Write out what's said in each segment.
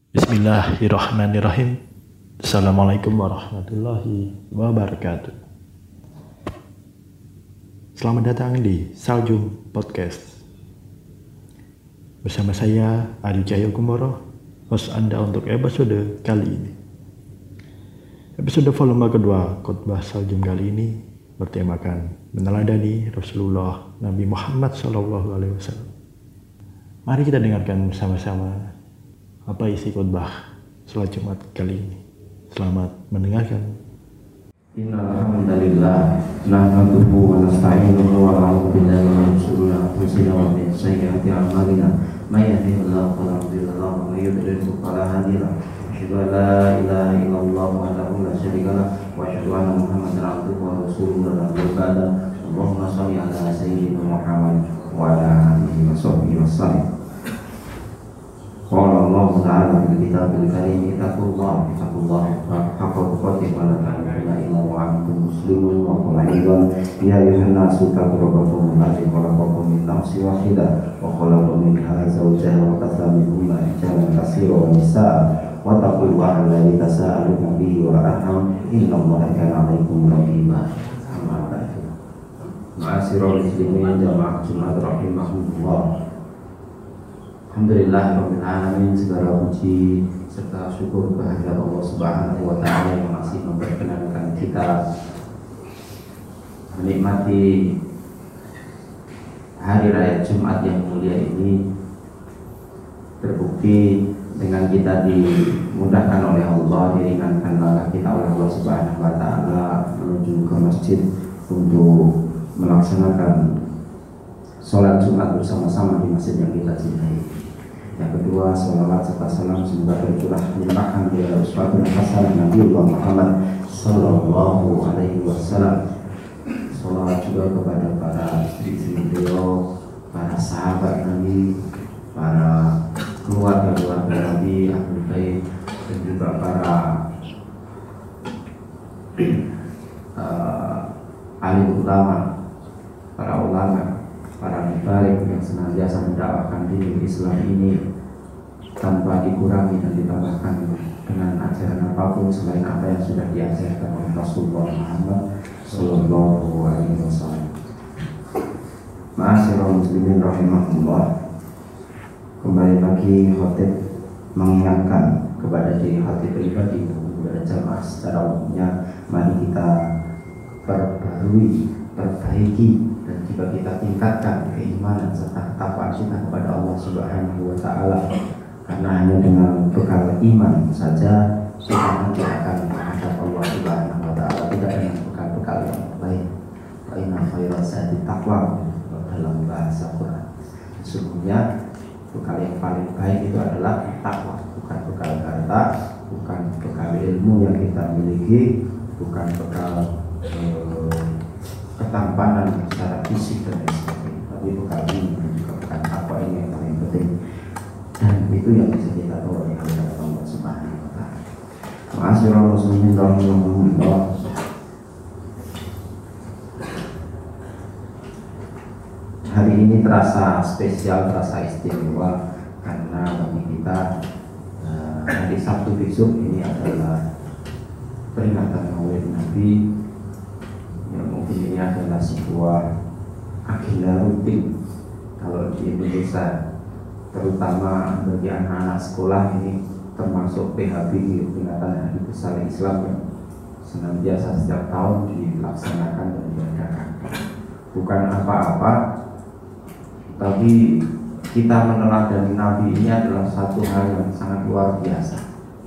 Bismillahirrahmanirrahim. Assalamualaikum warahmatullahi wabarakatuh. Selamat datang di Saljum Podcast. Bersama saya Adi Cahyo Kumoro, host Anda untuk episode kali ini. Episode volume kedua khotbah Saljum kali ini bertemakan meneladani Rasulullah Nabi Muhammad SAW. Mari kita dengarkan bersama-sama apa isi khotbah salat Jumat kali ini. Selamat mendengarkan. Innalhamdulillah nahmaduhu wa nasta'inuhu wa na'udzu billahi min shururi anfusina wa min sayyiati a'malina may yahdihillahu fala mudilla lahu wa may yudlil fala hadiya lahu. Asyhadu an la ilaha illallah wahdahu la syarika lahu wa asyhadu anna Muhammadan abduhu wa rasuluhu la nabiyya ba'dahu. Allahumma shalli ala sayyidina Muhammad wa ala alihi wa sahbihi wasallam. Qala Allah Ta'ala fil kitabil karim ittaqullaha haqqa tuqatih wa la tamutunna illa wa antum muslimun wa qala aidan ya ayyuhan nasu taqu rabbakum alladzi khalaqakum min nafsin wahidah wa khalaqa minha zawjaha wa bassa minhuma rijalan katsiran wa nisaa'a wa taqullaha alladzi tasaaluna bihi wal arham innallaha kana 'alaykum raqiba. Amma ba'du. Ma'asyiral muslimin jamaah Jumat rahimahumullah. Alhamdulillah rabbil alamin, segala puji serta syukur kehadirat Allah Subhanahu wa taala yang masih memperkenankan kita menikmati hari raya Jumat yang mulia ini. Terbukti dengan kita dimudahkan oleh Allah, diringankan langkah kita oleh Allah Subhanahu wa taala menuju ke masjid untuk melaksanakan sholat Jumat bersama-sama di masjid yang kita cintai. Yang kedua, sholawat serta salam semoga tercurah limpahkan kepada uswatun hasanah Nabi Muhammad sallallahu alaihi wasallam. Sholawat juga kepada para istri-istri beliau, para sahabat Nabi, para keluarga-keluarga Nabi, ahlul bait, dan juga para alim ulama, para ulama, para mubarik yang senantiasa mendakwakan dini Islam ini tanpa dikurangi dan ditambahkan dengan ajaran apapun selain apa yang sudah diajarkan oleh Rasulullah Muhammad sallallahu alaihi wasallam. Ma'asyiral muslimin rahimahullah. Kembali lagi khotib mengingatkan kepada diri khotib pribadi dan kepada jamaah secara umumnya, mari kita perbaiki dan juga kita tingkatkan keimanan serta ketakwaan kita kepada Allah Subhanahu wa taala, karena hanya dengan bekal iman saja kita nanti akan menghadap Allah Subhanahu wa taala, tidak dengan bekal-bekal yang lain. Wa inna khairaz zadi taqwa dalam bahasa Quran. Sesungguhnya bekal yang paling baik itu adalah takwa, bukan bekal harta, bukan bekal ilmu yang kita miliki, bukan bekal ketampanan secara fisik dan lain sebagainya, tapi bekal ini dan juga bekal takwa ini yang paling penting, dan itu yang bisa kita peroleh oleh Allah Subhanahu wa taala. Ma'asyiral muslimin rahimahumullah. Hari ini terasa spesial, terasa istimewa karena bagi kita hari Sabtu besok ini adalah peringatan Maulid Nabi. Ini adalah sebuah agenda rutin kalau di Indonesia, terutama bagi anak-anak sekolah. Ini termasuk PHBI, peringatan Hari Besar Islam, yang senantiasa setiap tahun dilaksanakan dan diadakan. Bukan apa-apa, tapi kita meneladani Nabi ini adalah satu hal yang sangat luar biasa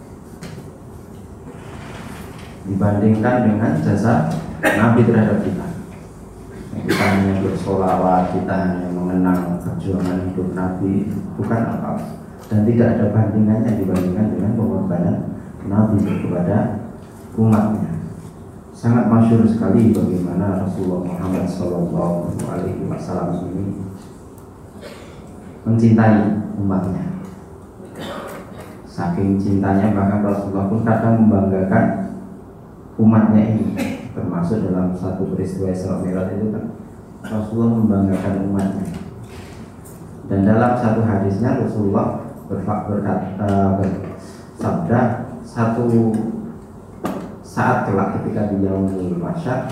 dibandingkan dengan jasa Nabi terhadap kita. Kita hanya bersolawat, kita hanya mengenang perjuangan hidup Nabi, bukan apa-apa, dan tidak ada bandingannya dibandingkan dengan pengorbanan Nabi kepada umatnya. Sangat masyhur sekali bagaimana Rasulullah Muhammad SAW ini mencintai umatnya. Saking cintanya bahkan Rasulullah pun kadang membanggakan umatnya ini. Termasuk dalam satu peristiwa Isra Mi'raj itu kan Rasulullah membanggakan umatnya. Dan dalam satu hadisnya Rasulullah bersabda, satu saat kelak ketika di yaumul mahsyar,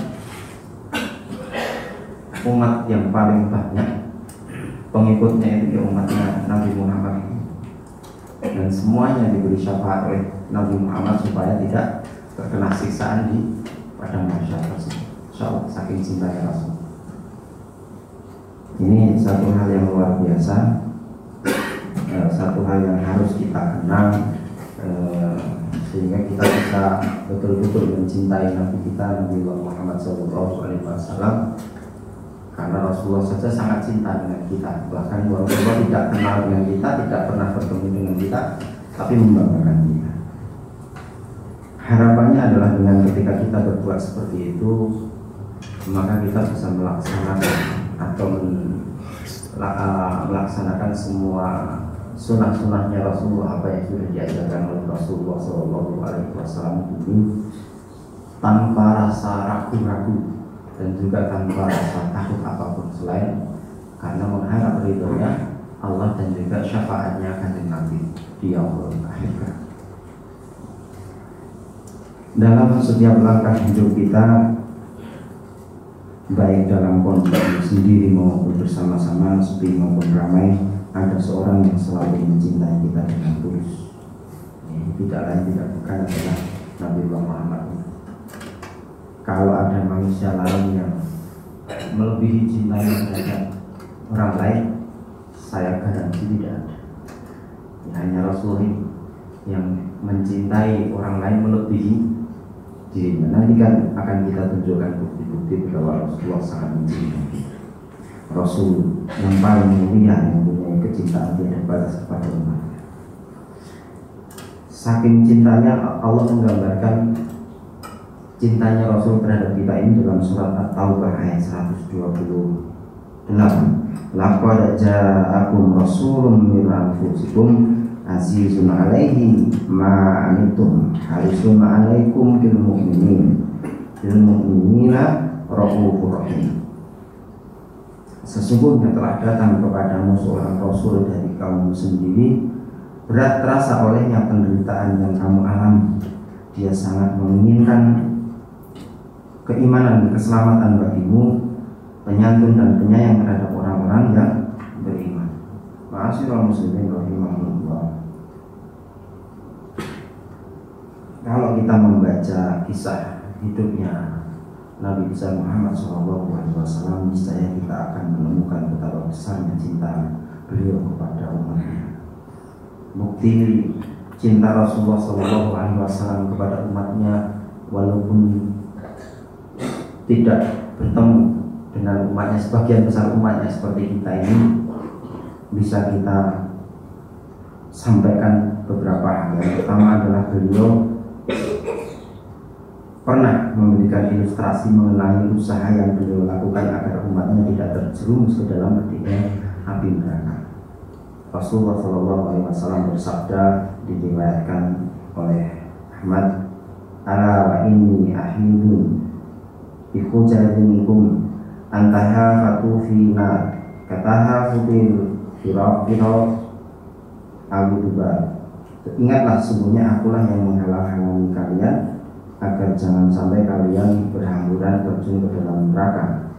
umat yang paling banyak pengikutnya itu ya umatnya Nabi Muhammad, dan semuanya diberi syafaat oleh Nabi Muhammad supaya tidak terkena siksaan di padang mahsyar tersebut. Insyaallah, saking cintanya Rasul. Ini satu hal yang luar biasa, satu hal yang harus kita kenal, sehingga kita bisa betul-betul mencintai Nabi kita, Nabi Muhammad SAW. Karena Rasulullah saja sangat cinta dengan kita. Bahkan Rasulullah tidak kenal dengan kita, tidak pernah bertemu dengan kita, tapi membanggakan kita. Harapannya adalah dengan ketika kita berbuat seperti itu, maka kita bisa melaksanakan atau melaksanakan semua sunnah-sunnahnya Rasulullah, apa yang sudah diajarkan oleh Rasulullah SAW ini, tanpa rasa ragu-ragu dan juga tanpa rasa takut apapun selain karena mengharap ridhonya Allah dan juga syafaatnya kanjeng Nabi di yaumul akhir. Dalam setiap langkah hidup kita, baik dalam kondisi sendiri maupun bersama-sama, sepi maupun ramai, ada seorang yang selalu mencintai kita dengan tulus. Ini tidak lain tidak bukan adalah Nabi Muhammad. Kalau ada manusia lain yang melebihi cintanya terhadap orang lain, saya garansi tidak ada. Hanya Rasul yang mencintai orang lain melebihi dirinya. Nanti kan akan kita tunjukkan bukti-bukti bahwa Rasulullah sangat mencintai kita. Rasul yang paling mulia yang punya kecintaan tiada batas kepada umatnya. Saking cintanya Allah menggambarkan cintanya Rasul terhadap kita ini dalam surat At-Taubah ayat 128. Laqad ja'akum rasulun min anfusikum azizun 'alaihi ma anittum harisun 'alaikum bil mu'minina raufur rahim. Sesungguhnya telah datang kepadamu seorang Rasul dari kaummu sendiri, berat terasa olehnya penderitaan yang kamu alami. Dia sangat menginginkan keimanan dan keselamatan bagimu, penyantun dan penyayang terhadap orang-orang yang beriman. Ma'asyiral muslimin rahimahullah. Kalau kita membaca kisah hidupnya Nabi besar Muhammad SAW, niscaya kita akan menemukan betapa besarnya cinta beliau kepada umatnya. Bukti cinta Rasulullah SAW kepada umatnya, walaupun tidak bertemu dengan umatnya, sebagian besar umatnya seperti kita ini, bisa kita sampaikan beberapa hal. Yang pertama adalah beliau pernah memberikan ilustrasi mengenai usaha yang beliau lakukan agar umatnya tidak terjerumus ke dalam pedihnya api neraka. Rasulullah SAW bersabda, diriwayatkan oleh Ahmad, ala wa inni ahidun bikhujarinkum antahafatu fina katahafutil firaq al-dubar. Ingatlah, sungguhnya akulah yang menghalang-halangi kalian agar jangan sampai kalian berhamburan terjun ke dalam neraka.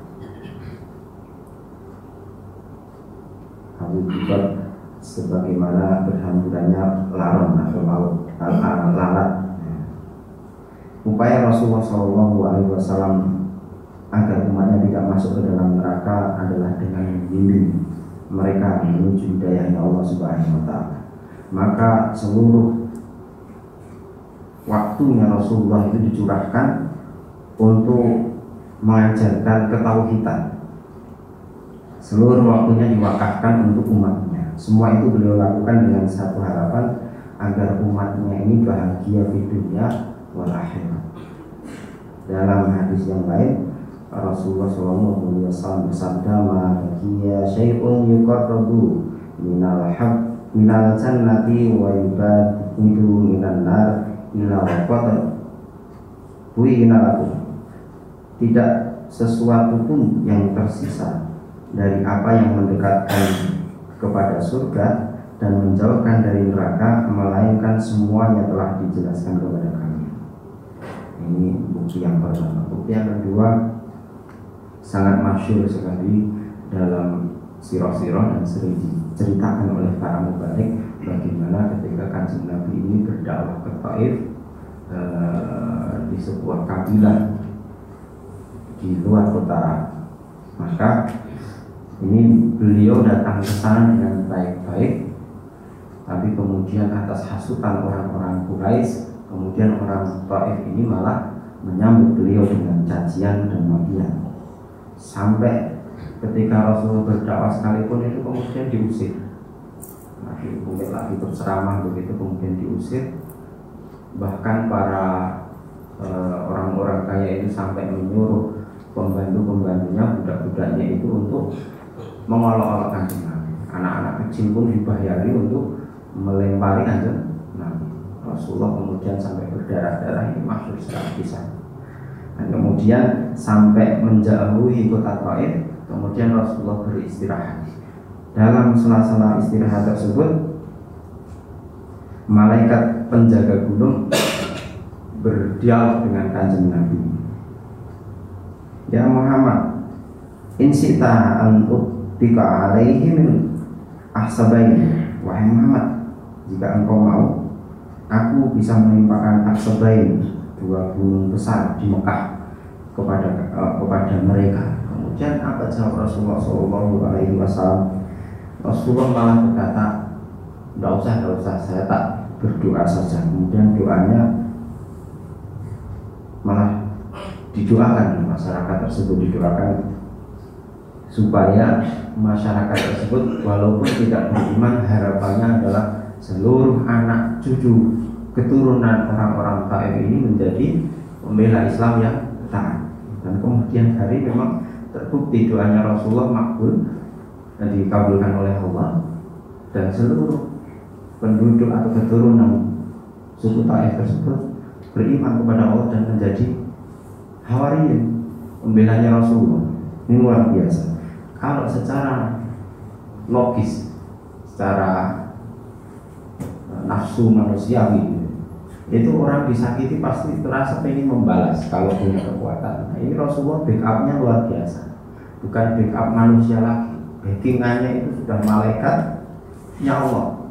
Al-dubar sebagaimana berhamburannya laron atau lalat. Upaya Rasulullah SAW agar umatnya tidak masuk ke dalam neraka adalah dengan membimbing mereka menuju hidayahnya Allah Subhanahu wa Ta'ala. Maka seluruh waktunya Rasulullah itu dicurahkan untuk mengajarkan ketauhidan. Seluruh waktunya diwakafkan untuk umatnya. Semua itu beliau lakukan dengan satu harapan, agar umatnya ini bahagia di dunia wal akhirat. Dalam hadis yang lain, Rasulullah SAW bersabda, "Mahiya syai'un yuqarrabu minal jannati wa yubadu minan nar illa waqad bu'ina lakum." Tidak sesuatu pun yang tersisa dari apa yang mendekatkan kepada surga dan menjauhkan dari neraka, melainkan semuanya telah dijelaskan kepada kami. Ini bukti yang pertama. Bukti yang kedua sangat masyhur sekali dalam sirah-sirah dan sering diceritakan oleh para mubalik, bagaimana ketika Kanjeng Nabi ini berdakwah ke Taif, di sebuah kabilah di luar kota. Maka ini beliau datang ke sana dengan baik-baik, tapi kemudian atas hasutan orang-orang Quraisy, kemudian orang Taif ini malah menyambut beliau dengan cacian dan makian. Sampai ketika Rasul berdakwah sekalipun itu kemudian diusir. Mungkin lagi berceramah begitu kemudian diusir. Bahkan para orang-orang kaya itu sampai menyuruh pembantu-pembantunya, budak-budaknya itu untuk mengolok-olok Kanjeng Nabi. Anak-anak kecil pun dibayari untuk melempari Kanjeng Nabi. Rasulullah kemudian sampai berdarah-darah, ini masyhur sekali kisah. Dan kemudian sampai menjauhi kota Taif, kemudian Rasulullah beristirahat. Dalam sela-sela istirahat tersebut, malaikat penjaga gunung berdialog dengan Kanjeng Nabi. Ya Muhammad, insita an utika alaihi min ahsabain. Wahai Muhammad, jika engkau mau, aku bisa menimpakan ahsabain, 2 gunung besar di Mekah kepada mereka. Kemudian apa jawab Rasulullah SAW? Rasulullah malah berkata, tidak usah, saya tak berdoa saja. Kemudian doanya malah didoakan, masyarakat tersebut didoakan supaya masyarakat tersebut walaupun tidak beriman, harapannya adalah seluruh anak cucu keturunan orang-orang Taif ini menjadi pembela Islam yang taat. Dan kemudian hari memang terbukti doanya Rasulullah makbul dan dikabulkan oleh Allah, dan seluruh penduduk atau keturunan suku Taif tersebut beriman kepada Allah dan menjadi hawariyin, pembelanya Rasulullah. Ini luar biasa. Kalau secara logis, secara nafsu manusiawi, itu orang disakiti pasti terasa ingin membalas kalau punya kekuatan. Nah, ini Rasulullah backupnya luar biasa, bukan backup manusia lagi. Backingannya itu sudah malaikat ya Allah.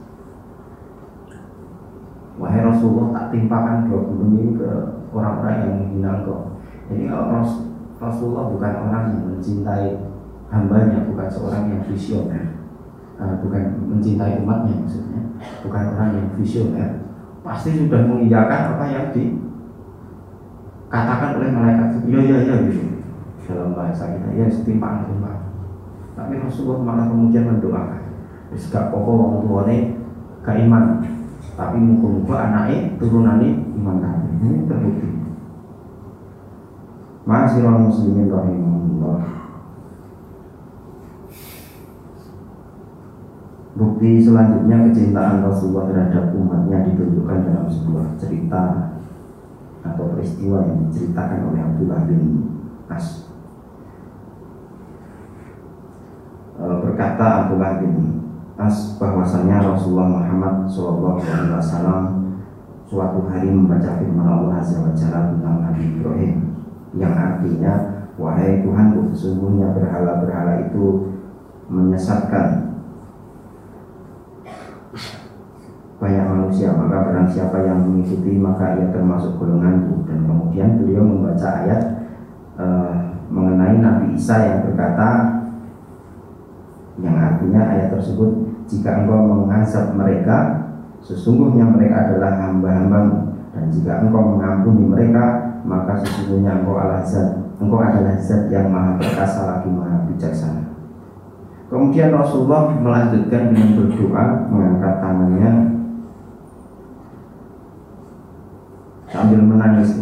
Wahai Rasulullah, tak timpakan 2 gunung ini ke orang-orang yang menghina engkau. Jadi kalau Rasulullah bukan orang yang mencintai hambanya, bukan seorang yang visioner, bukan mencintai umatnya maksudnya, bukan orang yang visioner, pasti sudah mengiyakan apa yang dikatakan oleh malaikat. Ya gitu. Dalam bahasa kita, ya setimpang. Tapi Rasulullah malah kemudian mendoakan, wis gak pokok wong tuane gak iman, tapi muga-muga anake turunane iman kabeh. Ini terbukti. Ma'asyiral muslimin rahimahullah. Bukti selanjutnya kecintaan Rasulullah terhadap umatnya ditunjukkan dalam sebuah cerita atau peristiwa yang diceritakan oleh Abdullah bin As. Berkata Abdullah bin As bahwasanya Rasulullah Muhammad SAW suatu hari membaca firman Allah Azza wa Jalla tentang Nabi Ibrahim, yang artinya, wahai Tuhanku, sesungguhnya berhala-berhala itu menyesatkan banyak manusia, maka barang siapa yang mengikuti maka ia termasuk golonganku. Dan kemudian beliau membaca ayat mengenai Nabi Isa yang berkata, yang artinya ayat tersebut, jika engkau mengazab mereka, sesungguhnya mereka adalah hamba-hambamu, dan jika engkau mengampuni mereka, maka sesungguhnya engkau adalah zat yang maha perkasa lagi maha bijaksana. Kemudian Rasulullah melanjutkan dengan berdoa, mengangkat tangannya sambil menangis.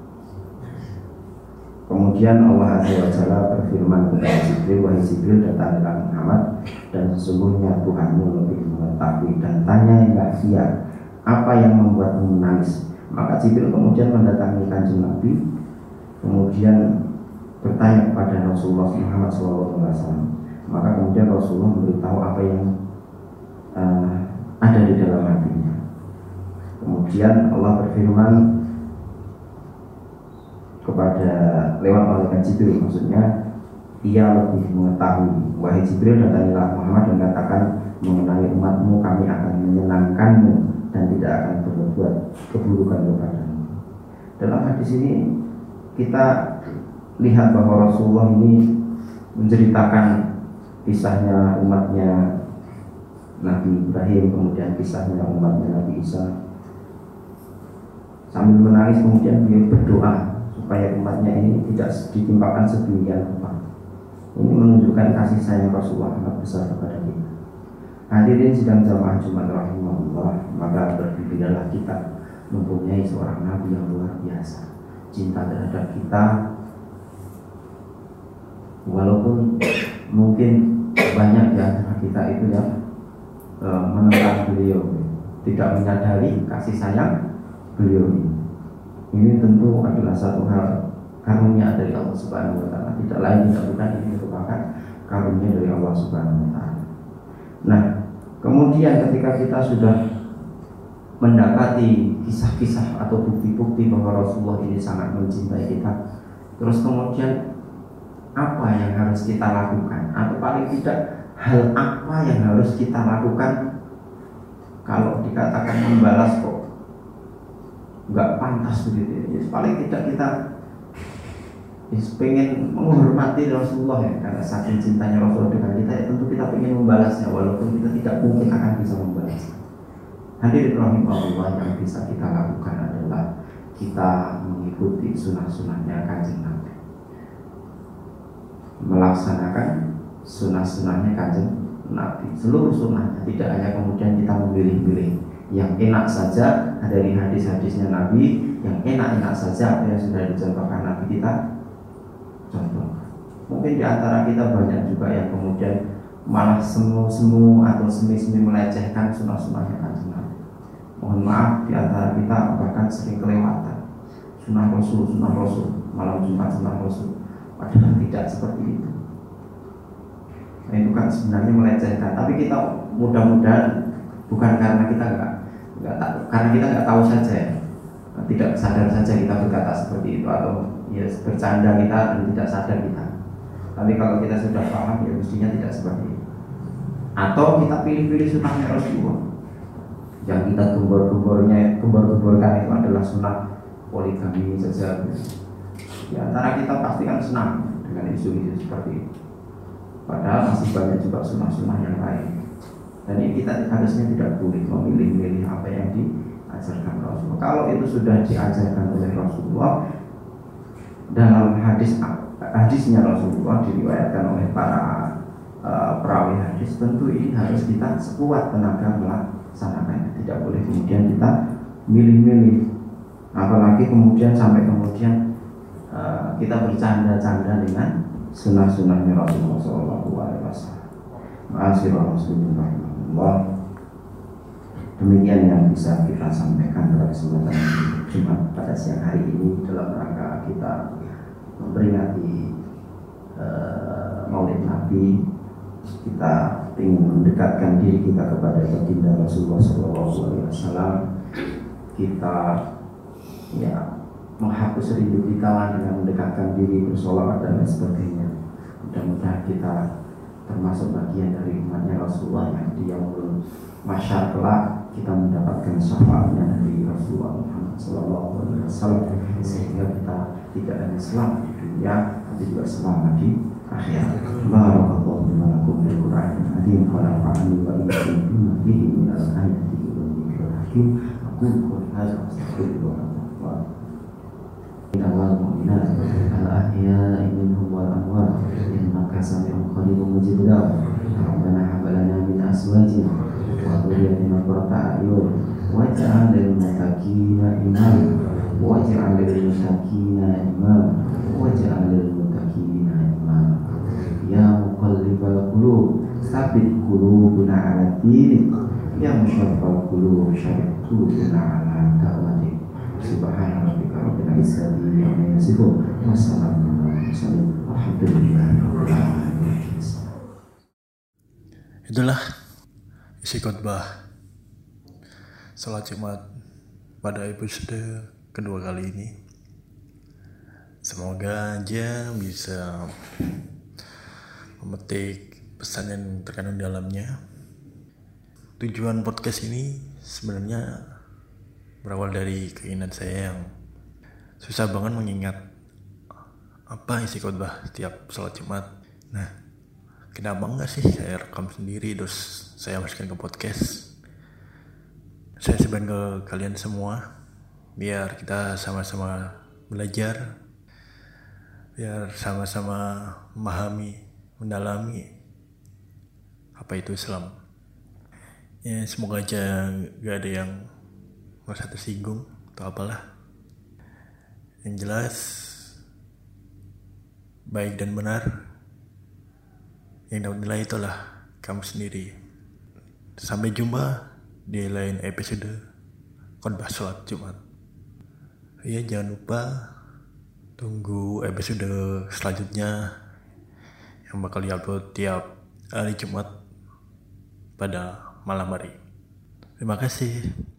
Kemudian Allah Azza wa Jalla berfirman kepada Jibril, wahai Jibril, datanglah Muhammad, dan sesungguhnya Tuhanmu lebih mengetahui, dan tanyailah dia apa yang membuatmu menangis. Maka Jibril kemudian mendatangi Kanjeng Nabi, kemudian bertanya kepada Rasulullah Muhammad SAW. Maka kemudian Rasulullah memberitahu apa yang ada di dalam hatinya. Kemudian Allah berfirman kepada lewat malaikat Jibril, maksudnya ia lebih mengetahui. Wahai Jibril, datangilah Muhammad dan katakan mengenai umatmu, kami akan menyenangkanmu dan tidak akan berbuat keburukan kepadamu. Dalam hadis ini kita lihat bahwa Rasulullah ini menceritakan kisahnya umatnya Nabi Ibrahim, kemudian kisahnya umatnya Nabi Isa. Sambil menangis kemudian beliau berdoa supaya umatnya ini tidak ditimpakan sedemikian rupa. Ini menunjukkan kasih sayang Rasulullah sangat besar kepada kita. Hadirin sidang jamaah Jumat rahimahullah, maka berpikirlah kita mempunyai seorang Nabi yang luar biasa, cinta terhadap kita. Walaupun mungkin banyak di antara kita itu yang menentang beliau, tidak menyadari kasih sayang beliau ini. Ini tentu adalah satu hal karunia dari Allah Subhanahu wa taala. Tidak lain tidak bukan ini merupakan karunia dari Allah Subhanahu wa taala. Nah, kemudian ketika kita sudah mendapati kisah-kisah atau bukti-bukti bahwa Rasulullah ini sangat mencintai kita, terus kemudian apa yang harus kita lakukan, atau paling tidak hal apa yang harus kita lakukan kalau dikatakan membalas kok nggak pantas begitu ya. Paling tidak kita pengen menghormati Rasulullah ya, karena saking cintanya Rasulullah dengan kita ya, tentu kita ingin membalasnya walaupun kita tidak mungkin akan bisa membalasnya. Hadirin rahimahullah, yang bisa kita lakukan adalah kita mengikuti sunnah-sunnahnya Kanjeng Nabi, melaksanakan sunnah-sunnahnya Kanjeng Nabi, seluruh sunnahnya, tidak hanya kemudian kita memilih-milih yang enak saja dari hadis-hadisnya Nabi, yang enak-enak saja apa yang sudah dicontohkan Nabi kita contoh. Mungkin di antara kita banyak juga yang kemudian malah semu-semu atau semi-semi melecehkan sunnah-sunnahnya Kanjeng Nabi. Mohon maaf, di antara kita bahkan sering kelewatan sunnah Rasul, malam Jumat sunnah Rasul, padahal tidak seperti itu. Nah, itu kan sebenarnya melecehkan, tapi kita mudah-mudahan bukan karena kita karena kita nggak tahu saja ya, tidak sadar saja kita berkata seperti itu, atau ya bercanda kita dan tidak sadar kita. Tapi kalau kita sudah paham ya mestinya tidak seperti itu. Atau kita pilih-pilih sunnahnya Rasulullah, yang kita gembor-gemborkan itu adalah sunnah poligami saja. Di antara kita pasti kan senang dengan isu-isu seperti itu, padahal masih banyak juga sunnah-sunnah yang lain. Dan ini kita harusnya tidak boleh memilih-milih apa yang diajarkan Rasulullah. Kalau itu sudah diajarkan oleh Rasulullah dalam hadisnya Rasulullah, diriwayatkan oleh para perawi hadis, tentu ini harus kita sekuat tenaga melaksanakannya. Tidak boleh kemudian kita milih-milih, apalagi kemudian sampai kemudian kita bercanda-canda dengan sunnah-sunnahnya Rasulullah SAW. Ma'asyiral demikian yang bisa kita sampaikan pada kesempatan Jumat pada siang hari ini dalam rangka kita memperingati Maulid Nabi. Kita ingin mendekatkan diri kita kepada baginda Rasulullah SAW. Kita ya menghapus rindu kita dengan mendekatkan diri, bersolawat dan lain sebagainya. Mudah-mudahan kita termasuk bagian dari umatnya Rasulullah yang di yaumul mahsyar kelak kita mendapatkan syafaatnya dari Rasulullah Muhammad SAW, sehingga kita tidak hanya selamat di dunia tapi juga selamat di akhirat. Barakallahu lana wa lakum bil Qur'anil azim wa nafa'ani wa iyyakum bima fihi min al-ayati wal dhikril hakim. Aqulu qawli hadza wa astaghfirullah. Innal mu'minat al-ahya'i minhum wal amwat innaka sami'un qaribun mujibud da'wah. Rabbana hab lana min azwajina wa dhurriyyatina qurrata a'yun waj'al lil muttaqina imama waj'al lil muttaqina imama waj'al lil muttaqina imama. Ya muqallibal qulub tsabbit qulubana 'ala dinik, ya musyrifal qulub syabbit qulubana 'ala ta'atik. Subhana rabbika rabbil izzati amma yasifun wa salamun 'alal mursalin walhamdulillahi rabbil alamin. Itulah Isi khotbah salat Jumat pada episode kedua kali ini. Semoga aja bisa memetik pesan yang terkandung dalamnya. Tujuan podcast ini sebenarnya berawal dari keinginan saya yang susah banget mengingat apa isi khotbah setiap salat Jumat. Nah, kenapa enggak sih saya rekam sendiri terus saya masukkan ke podcast. Saya sebarkan ke kalian semua biar kita sama-sama belajar, biar sama-sama memahami, mendalami apa itu Islam. Ya, semoga aja gak ada yang merasa tersinggung atau apalah. Yang jelas baik dan benar yang dapat nilai itulah kamu sendiri. Sampai jumpa di lain episode khotbah salat Jumat. Ya, jangan lupa tunggu episode selanjutnya yang bakal diupload tiap hari Jumat pada malam hari. Terima kasih.